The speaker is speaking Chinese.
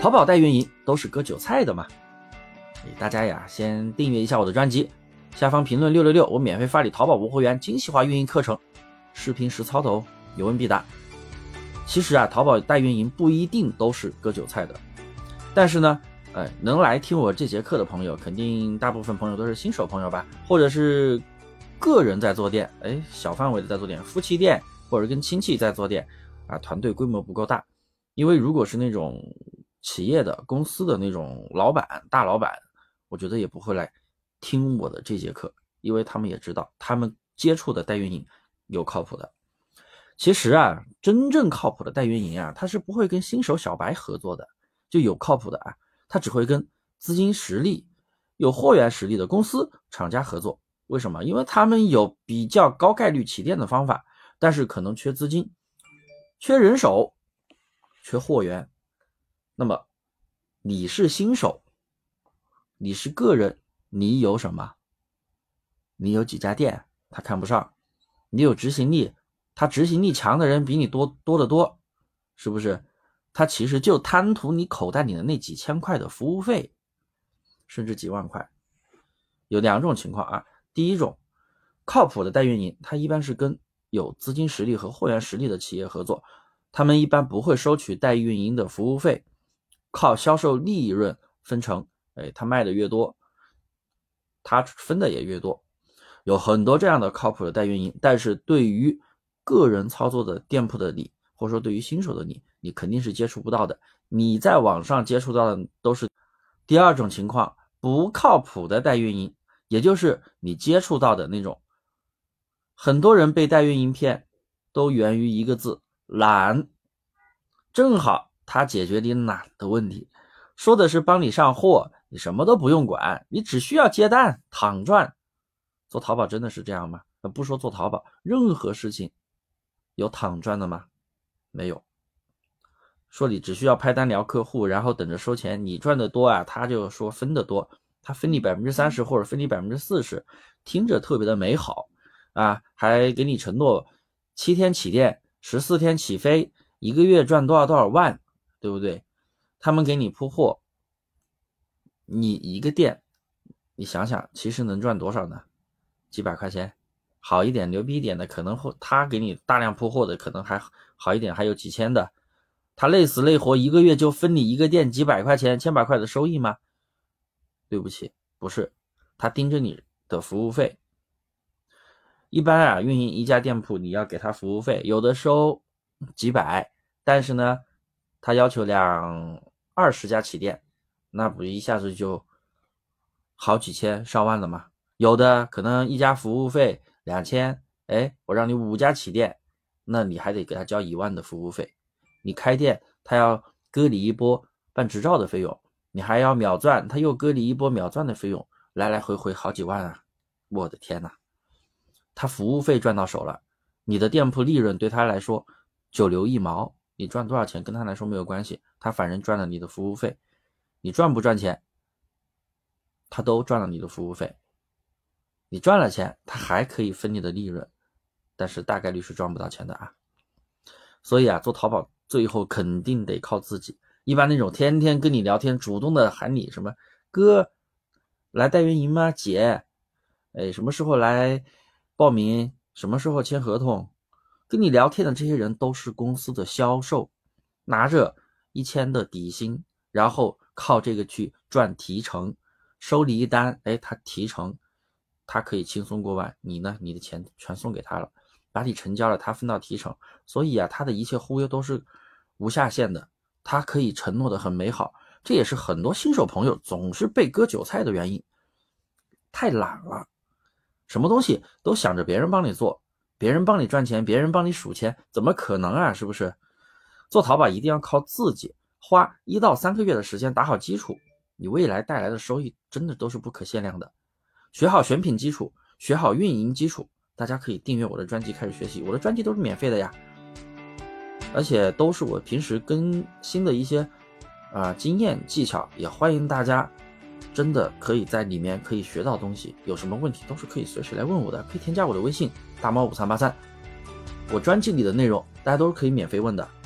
淘宝代运营都是割韭菜的嘛。大家呀，先订阅一下我的专辑，下方评论666，我免费发你淘宝无货源精细化运营课程，视频实操的哦，有问必答。其实啊，淘宝代运营不一定都是割韭菜的，但是呢，能来听我这节课的朋友，肯定大部分朋友都是新手朋友吧，或者是个人在做店，小范围的在做店，夫妻店或者跟亲戚在做店啊，团队规模不够大。因为如果是那种企业的公司的那种大老板，我觉得也不会来听我的这节课，因为他们也知道他们接触的代运营有靠谱的。其实啊，真正靠谱的代运营啊，他是不会跟新手小白合作的，就有靠谱的啊，他只会跟资金实力有货源实力的公司厂家合作。为什么？因为他们有比较高概率起店的方法，但是可能缺资金、缺人手、缺货源。那么你是新手，你是个人，你有什么？你有几家店他看不上，你有执行力，他执行力强的人比你多得多，是不是？他其实就贪图你口袋里的那几千块的服务费，甚至几万块。有两种情况啊，第一种，靠谱的代运营，他一般是跟有资金实力和货源实力的企业合作，他们一般不会收取代运营的服务费，靠销售利润分成，他卖的越多，他分的也越多。有很多这样的靠谱的代运营，但是对于个人操作的店铺的你，或者说对于新手的你肯定是接触不到的。你在网上接触到的都是第二种情况，不靠谱的代运营，也就是你接触到的那种。很多人被代运营骗，都源于一个字，懒。正好他解决你懒的问题，说的是帮你上货，你什么都不用管，你只需要接单躺赚。做淘宝真的是这样吗？不说做淘宝，任何事情有躺赚的吗？没有。说你只需要拍单聊客户，然后等着收钱，你赚的多啊，他就说分的多，他分你 30% 或者分你 40%， 听着特别的美好啊，还给你承诺7天起店，14天起飞，1个月赚多少万，对不对？他们给你铺货，你一个店，你想想其实能赚多少呢？几百块钱，好一点牛逼一点的，可能他给你大量铺货的可能还好一点，还有几千的。他累死累活1个月就分你一个店几百块钱、千把块的收益吗？对不起，不是，他盯着你的服务费。一般啊，运营一家店铺你要给他服务费，有的收几百，但是呢他要求20家起店，那不一下子就好几千上万了吗？有的可能一家服务费2000，我让你5家起店，那你还得给他交1万的服务费。你开店他要割你一波办执照的费用，你还要秒赚，他又割你一波秒赚的费用，来来回回好几万啊！我的天哪，他服务费赚到手了，你的店铺利润对他来说9留1毛，你赚多少钱跟他来说没有关系，他反正赚了你的服务费，你赚不赚钱他都赚了你的服务费。你赚了钱他还可以分你的利润，但是大概率是赚不到钱的啊。所以啊，做淘宝最后肯定得靠自己。一般那种天天跟你聊天主动的喊你什么哥来代运营吗？姐什么时候来报名，什么时候签合同，跟你聊天的这些人都是公司的销售，拿着1000的底薪，然后靠这个去赚提成，收你一单，他提成他可以轻松过万，你呢，你的钱全送给他了，把你成交了，他分到提成。所以啊，他的一切忽悠都是无下限的，他可以承诺的很美好。这也是很多新手朋友总是被割韭菜的原因，太懒了，什么东西都想着别人帮你做，别人帮你赚钱，别人帮你数钱，怎么可能啊？是不是？做淘宝一定要靠自己，花1到3个月的时间打好基础，你未来带来的收益真的都是不可限量的。学好选品基础，学好运营基础，大家可以订阅我的专辑开始学习，我的专辑都是免费的呀，而且都是我平时更新的一些经验技巧，也欢迎大家真的可以在里面可以学到东西，有什么问题都是可以随时来问我的，可以添加我的微信大猫5383，我专辑里的内容大家都是可以免费问的。